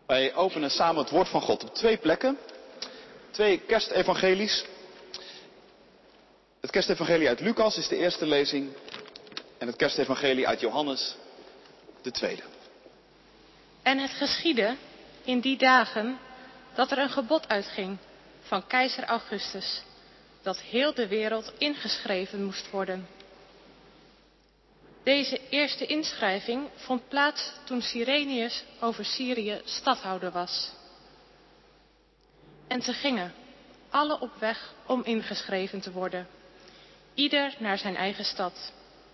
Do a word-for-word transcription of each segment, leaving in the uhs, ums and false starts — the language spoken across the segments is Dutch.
Wij openen samen het woord van God op twee plekken. Twee kerstevangelies. Het kerstevangelie uit Lucas is de eerste lezing. En het kerstevangelie uit Johannes de tweede. En het geschiedde in die dagen dat er een gebod uitging van keizer Augustus, dat heel de wereld ingeschreven moest worden. Deze eerste inschrijving vond plaats toen Cyrenius over Syrië stadhouder was. En ze gingen, alle op weg om ingeschreven te worden, ieder naar zijn eigen stad.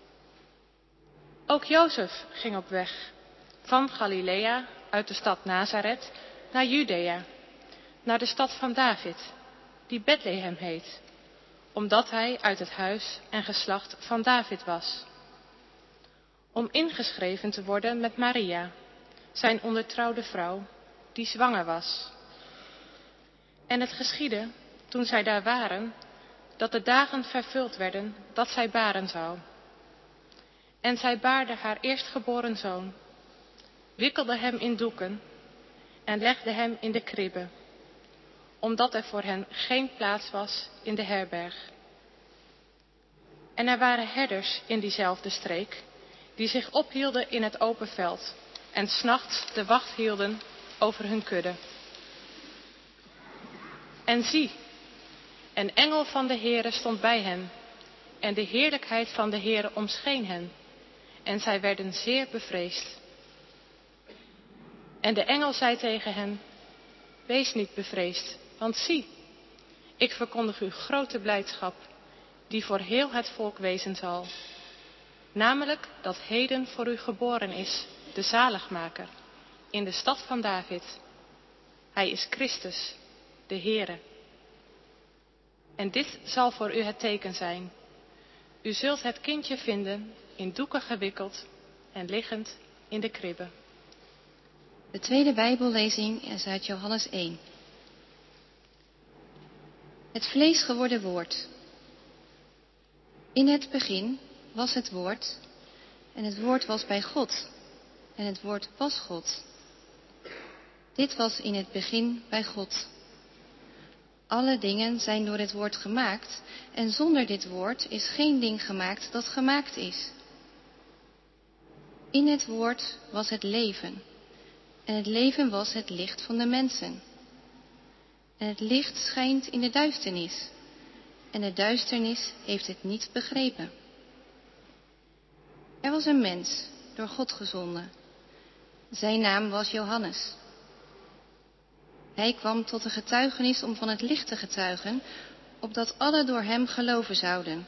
Ook Jozef ging op weg, van Galilea uit de stad Nazareth naar Judea, naar de stad van David, die Bethlehem heet, omdat hij uit het huis en geslacht van David was. Om ingeschreven te worden met Maria, zijn ondertrouwde vrouw, die zwanger was. En het geschiedde, toen zij daar waren, dat de dagen vervuld werden dat zij baren zou. En zij baarde haar eerstgeboren zoon, wikkelde hem in doeken en legde hem in de kribbe, omdat er voor hen geen plaats was in de herberg. En er waren herders in diezelfde streek, die zich ophielden in het open veld en 's nachts de wacht hielden over hun kudde. En zie, een engel van de Heere stond bij hen, en de heerlijkheid van de Heere omscheen hen, en zij werden zeer bevreesd. En de engel zei tegen hen: wees niet bevreesd, want zie, ik verkondig u grote blijdschap, die voor heel het volk wezen zal. Namelijk dat heden voor u geboren is de zaligmaker in de stad van David. Hij is Christus, de Heere. En dit zal voor u het teken zijn. U zult het kindje vinden in doeken gewikkeld en liggend in de kribbe. De tweede Bijbellezing is uit Johannes één. Het vlees geworden woord. In het begin was het woord, en het woord was bij God, en het woord was God. Dit was in het begin bij God. Alle dingen zijn door het woord gemaakt, en zonder dit woord is geen ding gemaakt dat gemaakt is. In het woord was het leven, en het leven was het licht van de mensen. En het licht schijnt in de duisternis, en de duisternis heeft het niet begrepen. Er was een mens, door God gezonden. Zijn naam was Johannes. Hij kwam tot de getuigenis om van het licht te getuigen, opdat alle door hem geloven zouden.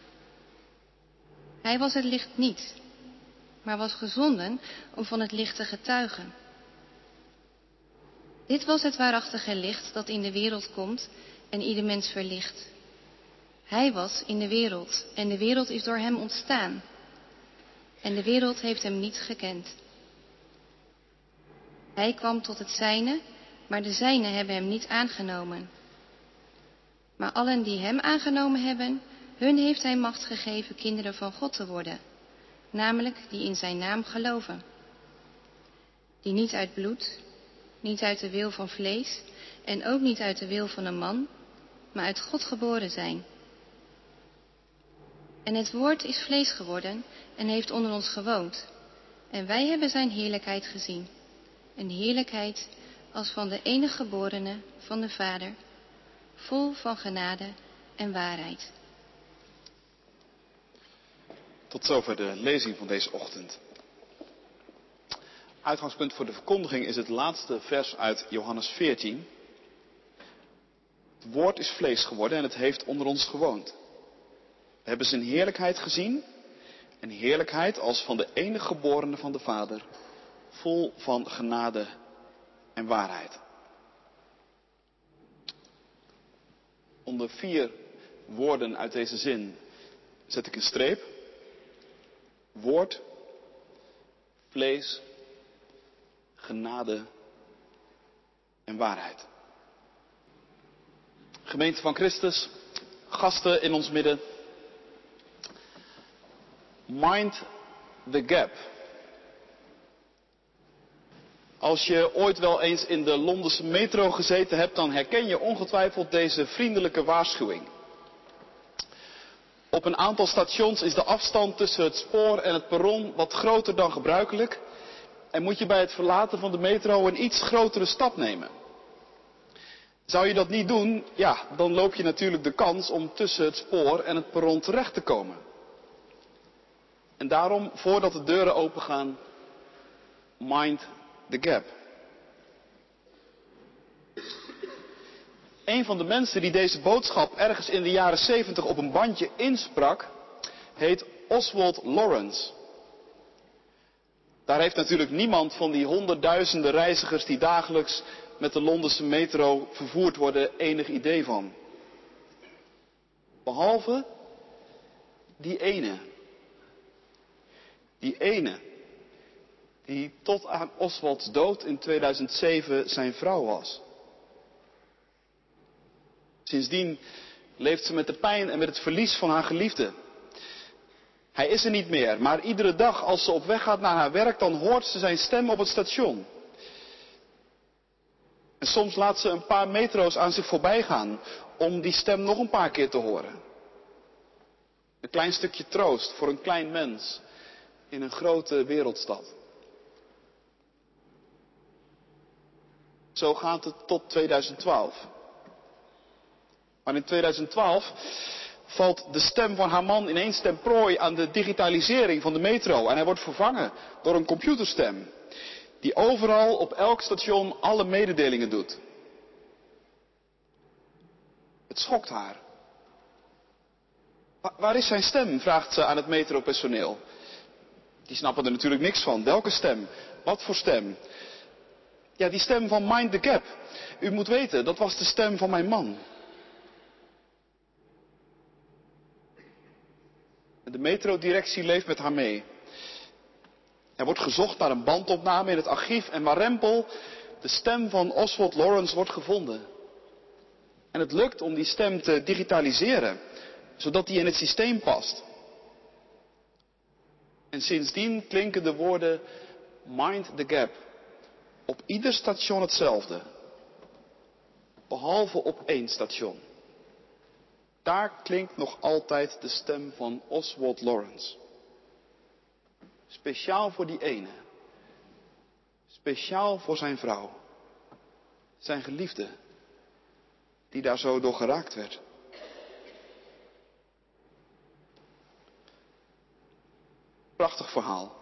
Hij was het licht niet, maar was gezonden om van het licht te getuigen. Dit was het waarachtige licht dat in de wereld komt en ieder mens verlicht. Hij was in de wereld en de wereld is door hem ontstaan. En de wereld heeft hem niet gekend. Hij kwam tot het zijne, maar de zijnen hebben hem niet aangenomen. Maar allen die hem aangenomen hebben, hun heeft hij macht gegeven kinderen van God te worden, namelijk die in zijn naam geloven. Die niet uit bloed, niet uit de wil van vlees en ook niet uit de wil van een man, maar uit God geboren zijn. En het woord is vlees geworden en heeft onder ons gewoond. En wij hebben zijn heerlijkheid gezien. Een heerlijkheid als van de enige geborene van de Vader, vol van genade en waarheid. Tot zover de lezing van deze ochtend. Uitgangspunt voor de verkondiging is het laatste vers uit Johannes veertien. Het woord is vlees geworden en het heeft onder ons gewoond. We hebben zijn heerlijkheid gezien. Een heerlijkheid als van de enige geborene van de Vader, vol van genade en waarheid. Onder vier woorden uit deze zin zet ik een streep. Woord, vlees, genade en waarheid. Gemeente van Christus, gasten in ons midden. Mind the gap. Als je ooit wel eens in de Londense metro gezeten hebt, dan herken je ongetwijfeld deze vriendelijke waarschuwing. Op een aantal stations is de afstand tussen het spoor en het perron wat groter dan gebruikelijk en moet je bij het verlaten van de metro een iets grotere stap nemen. Zou je dat niet doen, ja, dan loop je natuurlijk de kans om tussen het spoor en het perron terecht te komen. En daarom, voordat de deuren opengaan, mind the gap. Een van de mensen die deze boodschap ergens in de jaren zeventig op een bandje insprak, heet Oswald Lawrence. Daar heeft natuurlijk niemand van die honderdduizenden reizigers die dagelijks met de Londense metro vervoerd worden enig idee van. Behalve die ene. Die ene. Die tot aan Oswalds dood in tweeduizend zeven zijn vrouw was. Sindsdien leeft ze met de pijn en met het verlies van haar geliefde. Hij is er niet meer, maar iedere dag als ze op weg gaat naar haar werk, dan hoort ze zijn stem op het station. En soms laat ze een paar metro's aan zich voorbij gaan om die stem nog een paar keer te horen. Een klein stukje troost voor een klein mens in een grote wereldstad. Zo gaat het tot tweeduizend twaalf. Maar in tweeduizend twaalf valt de stem van haar man ineens ten prooi aan de digitalisering van de metro. En hij wordt vervangen door een computerstem. Die overal op elk station alle mededelingen doet. Het schokt haar. Wa- waar is zijn stem? Vraagt ze aan het metropersoneel. Die snappen er natuurlijk niks van. Welke stem? Wat voor stem? Ja, die stem van Mind the Gap. U moet weten, dat was de stem van mijn man. De metrodirectie leeft met haar mee. Er wordt gezocht naar een bandopname in het archief en warempel, de stem van Oswald Lawrence wordt gevonden. En het lukt om die stem te digitaliseren, zodat die in het systeem past. En sindsdien klinken de woorden Mind the Gap op ieder station hetzelfde. Behalve op één station. Daar klinkt nog altijd de stem van Oswald Lawrence. Speciaal voor die ene. Speciaal voor zijn vrouw. Zijn geliefde. Die daar zo door geraakt werd. Prachtig verhaal.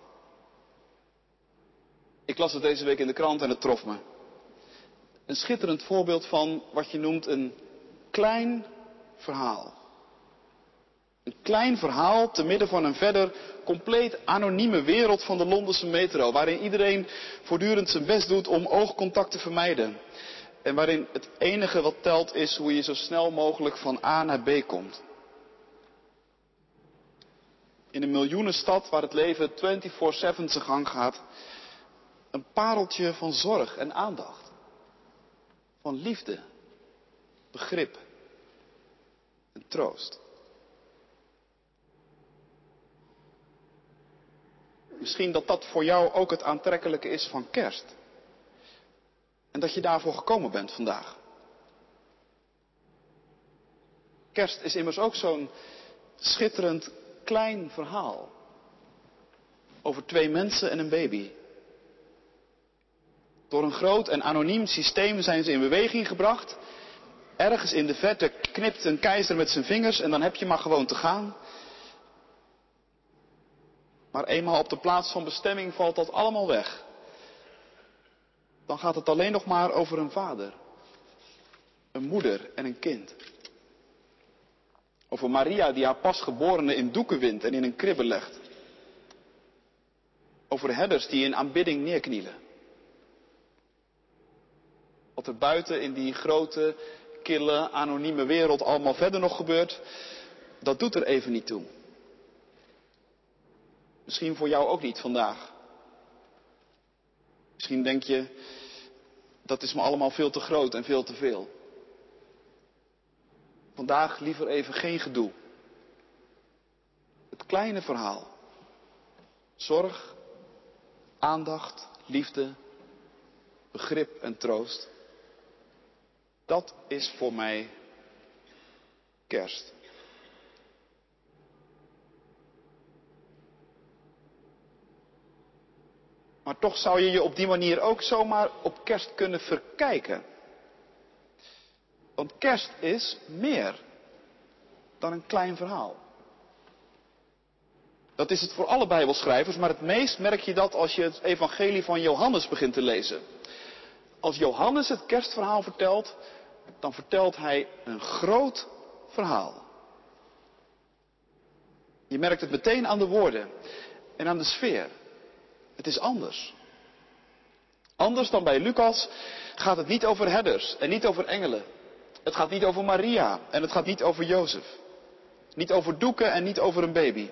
Ik las het deze week in de krant en het trof me. Een schitterend voorbeeld van wat je noemt een klein verhaal. Een klein verhaal te midden van een verder compleet anonieme wereld van de Londense metro. Waarin iedereen voortdurend zijn best doet om oogcontact te vermijden. En waarin het enige wat telt is hoe je zo snel mogelijk van A naar B komt. In een miljoenenstad waar het leven vierentwintig zeven zijn gang gaat. Een pareltje van zorg en aandacht. Van liefde, begrip en troost. Misschien dat dat voor jou ook het aantrekkelijke is van kerst. En dat je daarvoor gekomen bent vandaag. Kerst is immers ook zo'n schitterend klein verhaal. Over twee mensen en een baby. Door een groot en anoniem systeem zijn ze in beweging gebracht. Ergens in de verte knipt een keizer met zijn vingers en dan heb je maar gewoon te gaan. Maar eenmaal op de plaats van bestemming valt dat allemaal weg. Dan gaat het alleen nog maar over een vader, een moeder en een kind. Over Maria die haar pasgeborene in doeken windt en in een kribbe legt. Over herders die in aanbidding neerknielen. Wat er buiten in die grote, kille, anonieme wereld allemaal verder nog gebeurt, dat doet er even niet toe. Misschien voor jou ook niet vandaag. Misschien denk je, dat is me allemaal veel te groot en veel te veel. Vandaag liever even geen gedoe. Het kleine verhaal. Zorg, aandacht, liefde begrip en troost. Dat is voor mij kerst. Maar toch zou je je op die manier ook zomaar op kerst kunnen verkijken. Want kerst is meer dan een klein verhaal. Dat is het voor alle Bijbelschrijvers, maar het meest merk je dat als je het evangelie van Johannes begint te lezen. Als Johannes het kerstverhaal vertelt, dan vertelt hij een groot verhaal. Je merkt het meteen aan de woorden en aan de sfeer. Het is anders. Anders dan bij Lucas gaat het niet over herders en niet over engelen. Het gaat niet over Maria en het gaat niet over Jozef. Niet over doeken en niet over een baby.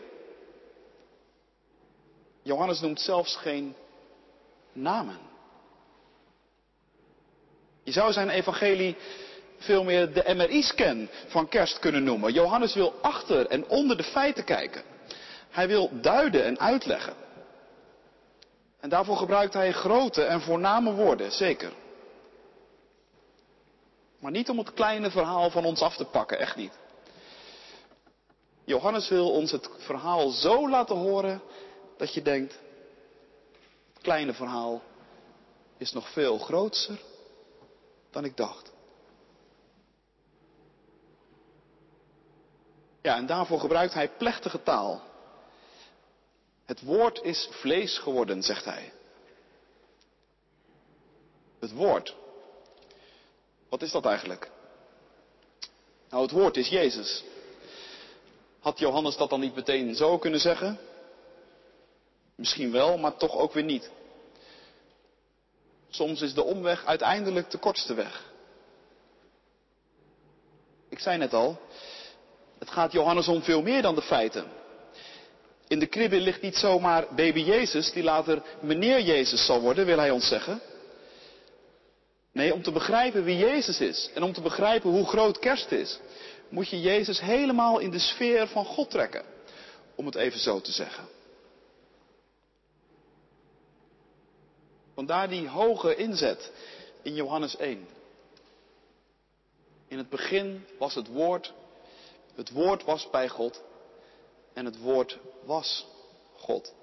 Johannes noemt zelfs geen namen. Je zou zijn evangelie veel meer de M R I-scan van kerst kunnen noemen. Johannes wil achter en onder de feiten kijken. Hij wil duiden en uitleggen. En daarvoor gebruikt hij grote en voorname woorden, zeker. Maar niet om het kleine verhaal van ons af te pakken, echt niet. Johannes wil ons het verhaal zo laten horen dat je denkt, het kleine verhaal is nog veel groter dan ik dacht. Ja, en daarvoor gebruikt hij plechtige taal. Het woord is vlees geworden, zegt hij. Het woord. Wat is dat eigenlijk? Nou, het woord is Jezus. Had Johannes dat dan niet meteen zo kunnen zeggen? Misschien wel, maar toch ook weer niet. Soms is de omweg uiteindelijk de kortste weg. Ik zei net al, het gaat Johannes om veel meer dan de feiten. In de kribbe ligt niet zomaar baby Jezus, die later meneer Jezus zal worden, wil hij ons zeggen. Nee, om te begrijpen wie Jezus is en om te begrijpen hoe groot kerst is, moet je Jezus helemaal in de sfeer van God trekken. Om het even zo te zeggen. Vandaar die hoge inzet in Johannes één. In het begin was het woord, het woord was bij God en het woord was God.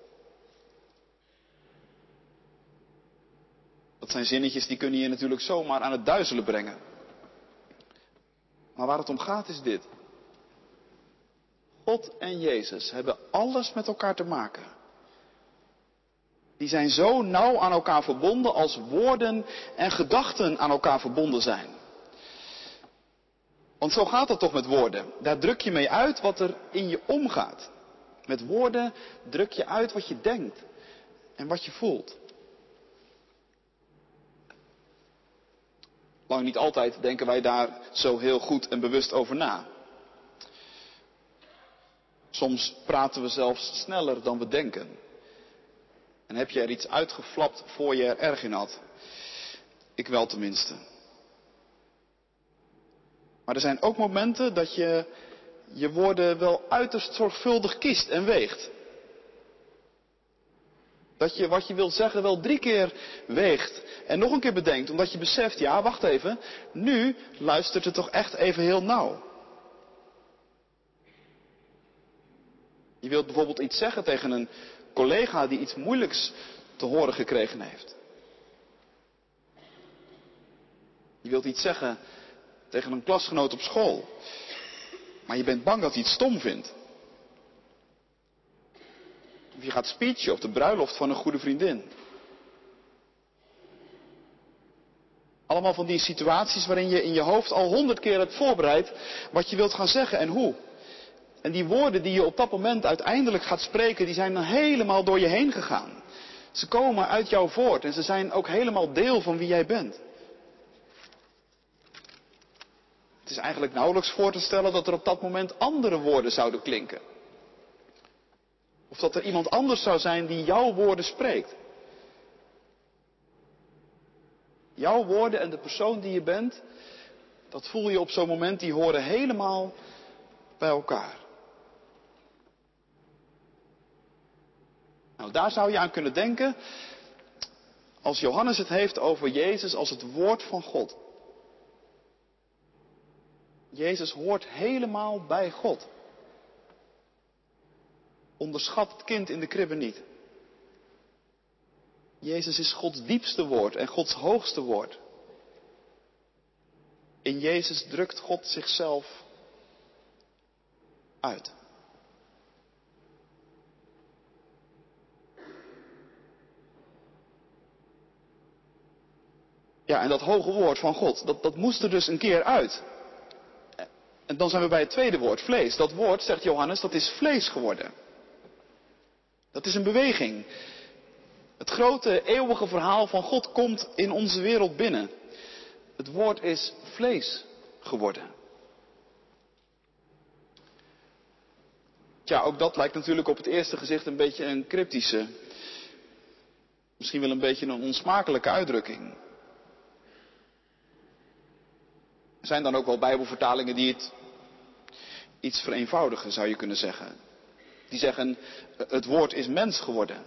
Dat zijn zinnetjes die kunnen je natuurlijk zomaar aan het duizelen brengen. Maar waar het om gaat is dit. God en Jezus hebben alles met elkaar te maken. Die zijn zo nauw aan elkaar verbonden als woorden en gedachten aan elkaar verbonden zijn. Want zo gaat het toch met woorden. Daar druk je mee uit wat er in je omgaat. Met woorden druk je uit wat je denkt en wat je voelt. Lang niet altijd denken wij daar zo heel goed en bewust over na. Soms praten we zelfs sneller dan we denken. En heb je er iets uitgeflapt voor je er erg in had? Ik wel tenminste. Maar er zijn ook momenten dat je je woorden wel uiterst zorgvuldig kiest en weegt. Dat je wat je wilt zeggen wel drie keer weegt en nog een keer bedenkt, omdat je beseft, ja, wacht even, nu luistert het toch echt even heel nauw. Je wilt bijvoorbeeld iets zeggen tegen een collega die iets moeilijks te horen gekregen heeft. Je wilt iets zeggen tegen een klasgenoot op school, maar je bent bang dat hij het stom vindt. Of je gaat speechen op de bruiloft van een goede vriendin. Allemaal van die situaties waarin je in je hoofd al honderd keer hebt voorbereid wat je wilt gaan zeggen en hoe. En die woorden die je op dat moment uiteindelijk gaat spreken, die zijn dan helemaal door je heen gegaan. Ze komen uit jou voort en ze zijn ook helemaal deel van wie jij bent. Het is eigenlijk nauwelijks voor te stellen dat er op dat moment andere woorden zouden klinken. Of dat er iemand anders zou zijn die jouw woorden spreekt. Jouw woorden en de persoon die je bent, dat voel je op zo'n moment, die horen helemaal bij elkaar. Nou, daar zou je aan kunnen denken Als Johannes het heeft over Jezus als het woord van God. Jezus hoort helemaal bij God. Onderschat het kind in de kribbe niet. Jezus is Gods diepste woord en Gods hoogste woord. In Jezus drukt God zichzelf uit. Ja, en dat hoge woord van God, dat, dat moest er dus een keer uit. En dan zijn we bij het tweede woord, vlees. Dat woord, zegt Johannes, dat is vlees geworden. Dat is een beweging. Het grote eeuwige verhaal van God komt in onze wereld binnen. Het woord is vlees geworden. Tja, ook dat lijkt natuurlijk op het eerste gezicht een beetje een cryptische, misschien wel een beetje een onsmakelijke uitdrukking. Er zijn dan ook wel Bijbelvertalingen die het iets vereenvoudigen, zou je kunnen zeggen. Die zeggen, het woord is mens geworden.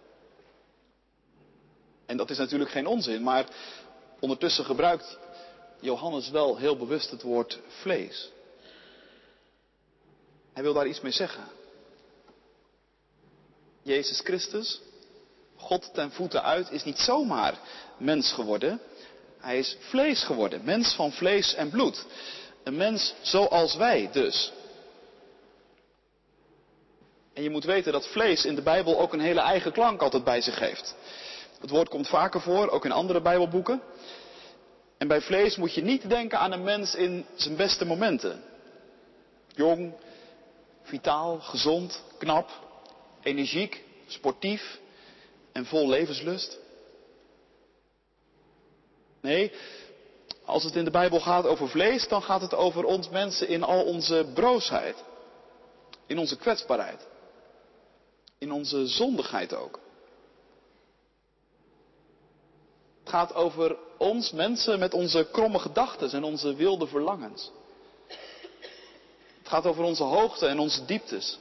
En dat is natuurlijk geen onzin, maar ondertussen gebruikt Johannes wel heel bewust het woord vlees. Hij wil daar iets mee zeggen. Jezus Christus, God ten voeten uit, is niet zomaar mens geworden. Hij is vlees geworden, mens van vlees en bloed. Een mens zoals wij dus. En je moet weten dat vlees in de Bijbel ook een hele eigen klank altijd bij zich heeft. Het woord komt vaker voor, ook in andere Bijbelboeken. En bij vlees moet je niet denken aan een mens in zijn beste momenten. Jong, vitaal, gezond, knap, energiek, sportief en vol levenslust. Nee, als het in de Bijbel gaat over vlees, dan gaat het over ons mensen in al onze broosheid. In onze kwetsbaarheid. In onze zondigheid ook. Het gaat over ons mensen met onze kromme gedachten en onze wilde verlangens. Het gaat over onze hoogte en onze dieptes.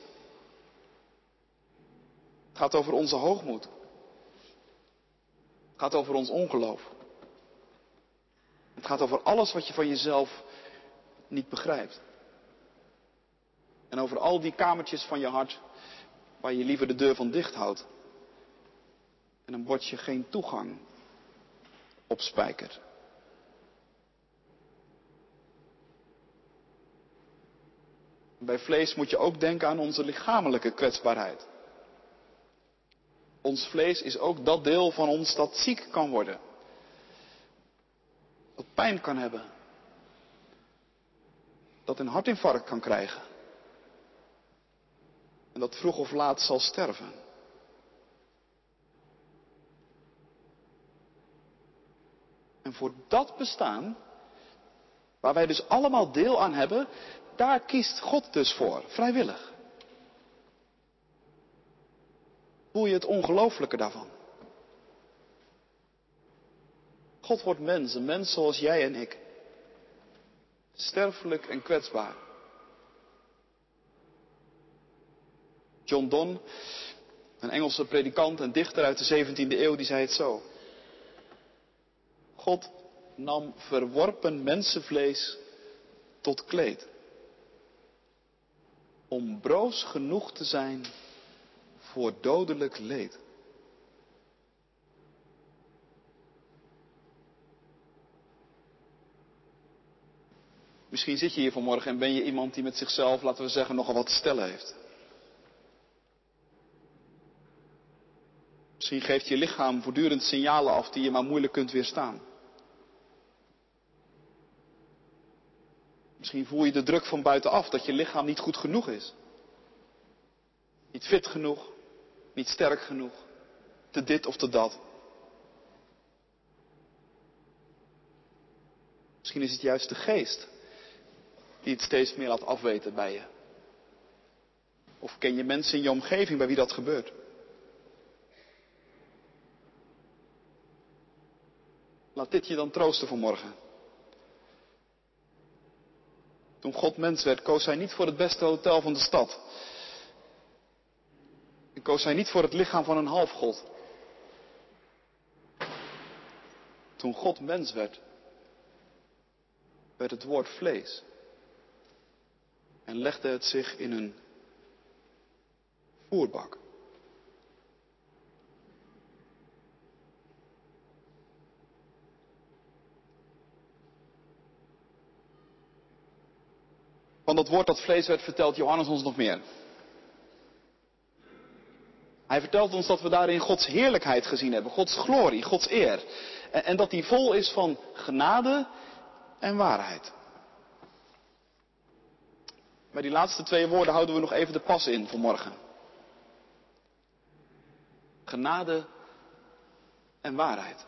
Het gaat over onze hoogmoed. Het gaat over ons ongeloof. Het gaat over alles wat je van jezelf niet begrijpt. En over al die kamertjes van je hart waar je liever de deur van dicht houdt. En een bordje geen toegang op spijkert. Bij vlees moet je ook denken aan onze lichamelijke kwetsbaarheid. Ons vlees is ook dat deel van ons dat ziek kan worden. Dat pijn kan hebben. Dat een hartinfarct kan krijgen. En dat vroeg of laat zal sterven. En voor dat bestaan, waar wij dus allemaal deel aan hebben, daar kiest God dus voor, vrijwillig. Voel je het ongelooflijke daarvan? God wordt mens, een mens zoals jij en ik. Sterfelijk en kwetsbaar. John Donne, een Engelse predikant en dichter uit de zeventiende eeuw, die zei het zo. God nam verworpen mensenvlees tot kleed. Om broos genoeg te zijn voor dodelijk leed. Misschien zit je hier vanmorgen en ben je iemand die met zichzelf, laten we zeggen, nogal wat te stellen heeft. Misschien geeft je lichaam voortdurend signalen af die je maar moeilijk kunt weerstaan. Misschien voel je de druk van buitenaf dat je lichaam niet goed genoeg is. Niet fit genoeg, niet sterk genoeg, te dit of te dat. Misschien is het juist de geest die het steeds meer laat afweten bij je. Of ken je mensen in je omgeving bij wie dat gebeurt? Laat dit je dan troosten vanmorgen. Toen God mens werd, koos hij niet voor het beste hotel van de stad. En koos hij niet voor het lichaam van een halfgod. Toen God mens werd, werd het woord vlees. En legde het zich in een voerbak. Van dat woord dat vlees werd vertelt Johannes ons nog meer. Hij vertelt ons dat we daarin Gods heerlijkheid gezien hebben. Gods glorie, Gods eer. En, en dat die vol is van genade en waarheid. Bij die laatste twee woorden houden we nog even de pas in vanmorgen. Genade en waarheid.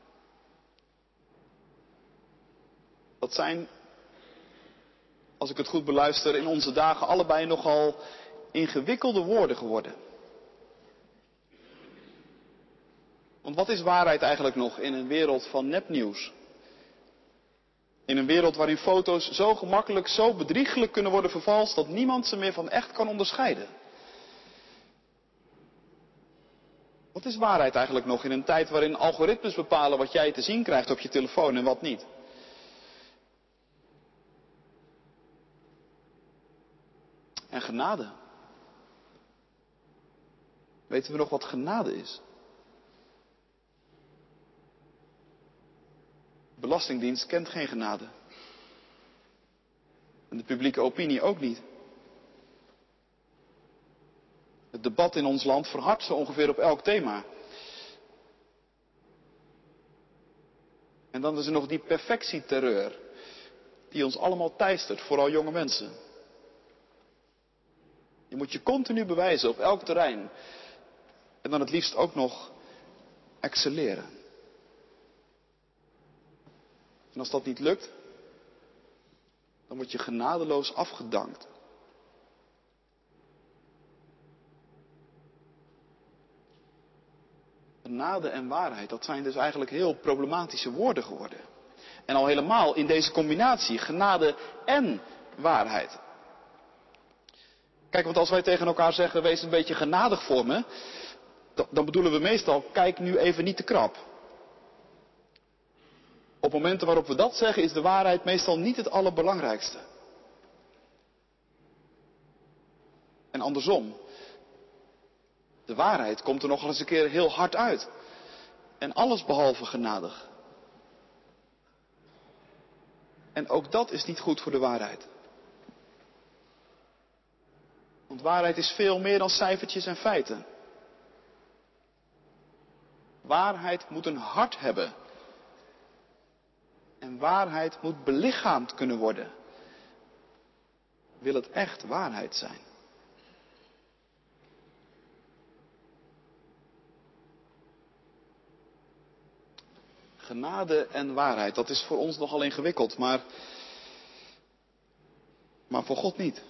Dat zijn, als ik het goed beluister, in onze dagen allebei nogal ingewikkelde woorden geworden. Want wat is waarheid eigenlijk nog in een wereld van nepnieuws? In een wereld waarin foto's zo gemakkelijk, zo bedriegelijk kunnen worden vervalst dat niemand ze meer van echt kan onderscheiden. Wat is waarheid eigenlijk nog in een tijd waarin algoritmes bepalen wat jij te zien krijgt op je telefoon en wat niet? En genade. Weten we nog wat genade is? De Belastingdienst kent geen genade. En de publieke opinie ook niet. Het debat in ons land verhardt zo ongeveer op elk thema. En dan is er nog die perfectieterreur, die ons allemaal teistert, vooral jonge mensen. Je moet je continu bewijzen op elk terrein. En dan het liefst ook nog excelleren. En als dat niet lukt, dan word je genadeloos afgedankt. Genade en waarheid, dat zijn dus eigenlijk heel problematische woorden geworden. En al helemaal in deze combinatie, genade en waarheid. Kijk, want als wij tegen elkaar zeggen, wees een beetje genadig voor me, dan bedoelen we meestal, kijk nu even niet te krap. Op momenten waarop we dat zeggen, is de waarheid meestal niet het allerbelangrijkste. En andersom. De waarheid komt er nog eens een keer heel hard uit. En alles behalve genadig. En ook dat is niet goed voor de waarheid. Want waarheid is veel meer dan cijfertjes en feiten. Waarheid moet een hart hebben. En waarheid moet belichaamd kunnen worden. Wil het echt waarheid zijn? Genade en waarheid, dat is voor ons nogal ingewikkeld, maar, maar voor God niet.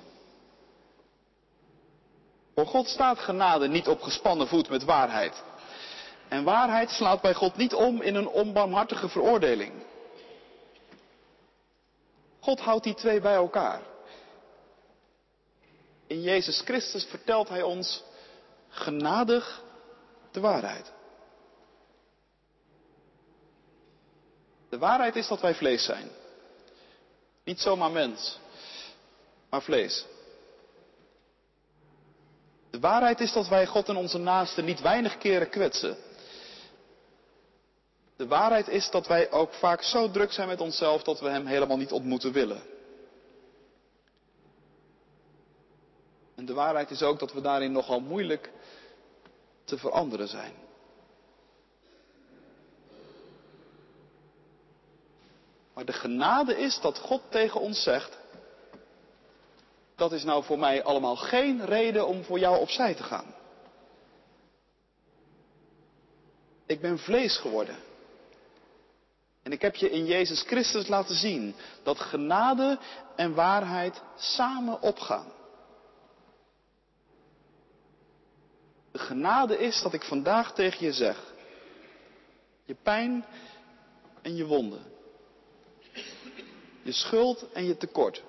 Voor God staat genade niet op gespannen voet met waarheid. En waarheid slaat bij God niet om in een onbarmhartige veroordeling. God houdt die twee bij elkaar. In Jezus Christus vertelt Hij ons genadig de waarheid. De waarheid is dat wij vlees zijn. Niet zomaar mens, maar vlees. De waarheid is dat wij God en onze naasten niet weinig keren kwetsen. De waarheid is dat wij ook vaak zo druk zijn met onszelf dat we Hem helemaal niet ontmoeten willen. En de waarheid is ook dat we daarin nogal moeilijk te veranderen zijn. Maar de genade is dat God tegen ons zegt, dat is nou voor mij allemaal geen reden om voor jou opzij te gaan. Ik ben vlees geworden. En ik heb je in Jezus Christus laten zien dat genade en waarheid samen opgaan. De genade is dat ik vandaag tegen je zeg, je pijn en je wonden, je schuld en je tekort,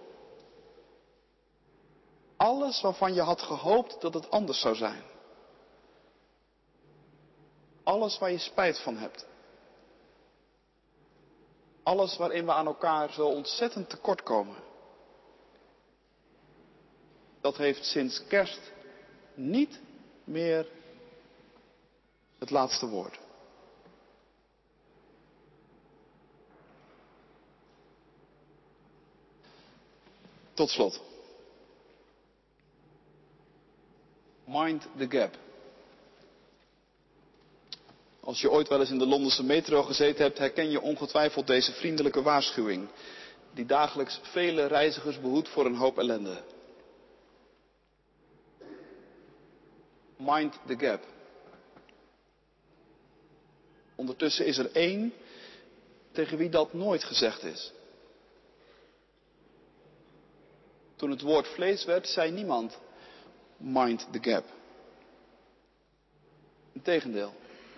alles waarvan je had gehoopt dat het anders zou zijn, alles waar je spijt van hebt, Alles waarin we aan elkaar zo ontzettend tekort komen. Dat heeft sinds kerst niet meer het laatste woord. Tot slot. Mind the gap. Als je ooit wel eens in de Londense metro gezeten hebt, herken je ongetwijfeld deze vriendelijke waarschuwing, die dagelijks vele reizigers behoedt voor een hoop ellende. Mind the gap. Ondertussen is er één tegen wie dat nooit gezegd is. Toen het woord vlees werd, zei niemand, mind the gap. Integendeel.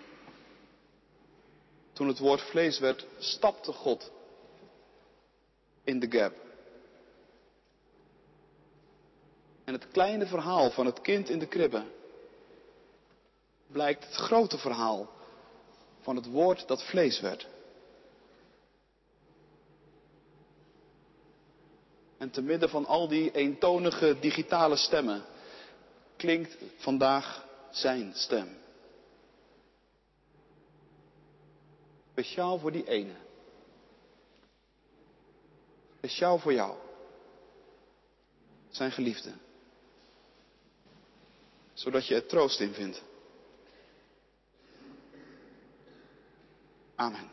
Toen het woord vlees werd, stapte God in de gap. En het kleine verhaal van het kind in de kribbe blijkt het grote verhaal van het woord dat vlees werd. En te midden van al die eentonige digitale stemmen klinkt vandaag zijn stem. Speciaal voor die ene. Speciaal voor jou. Zijn geliefde. Zodat je er troost in vindt. Amen.